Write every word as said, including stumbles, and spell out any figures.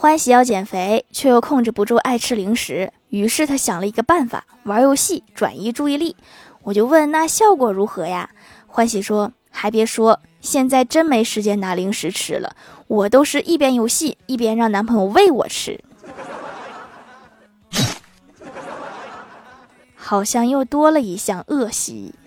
欢喜要减肥，却又控制不住爱吃零食，于是他想了一个办法，玩游戏转移注意力。我就问，那效果如何呀？欢喜说，还别说，现在真没时间拿零食吃了，我都是一边游戏一边让男朋友喂我吃。好像又多了一项恶习。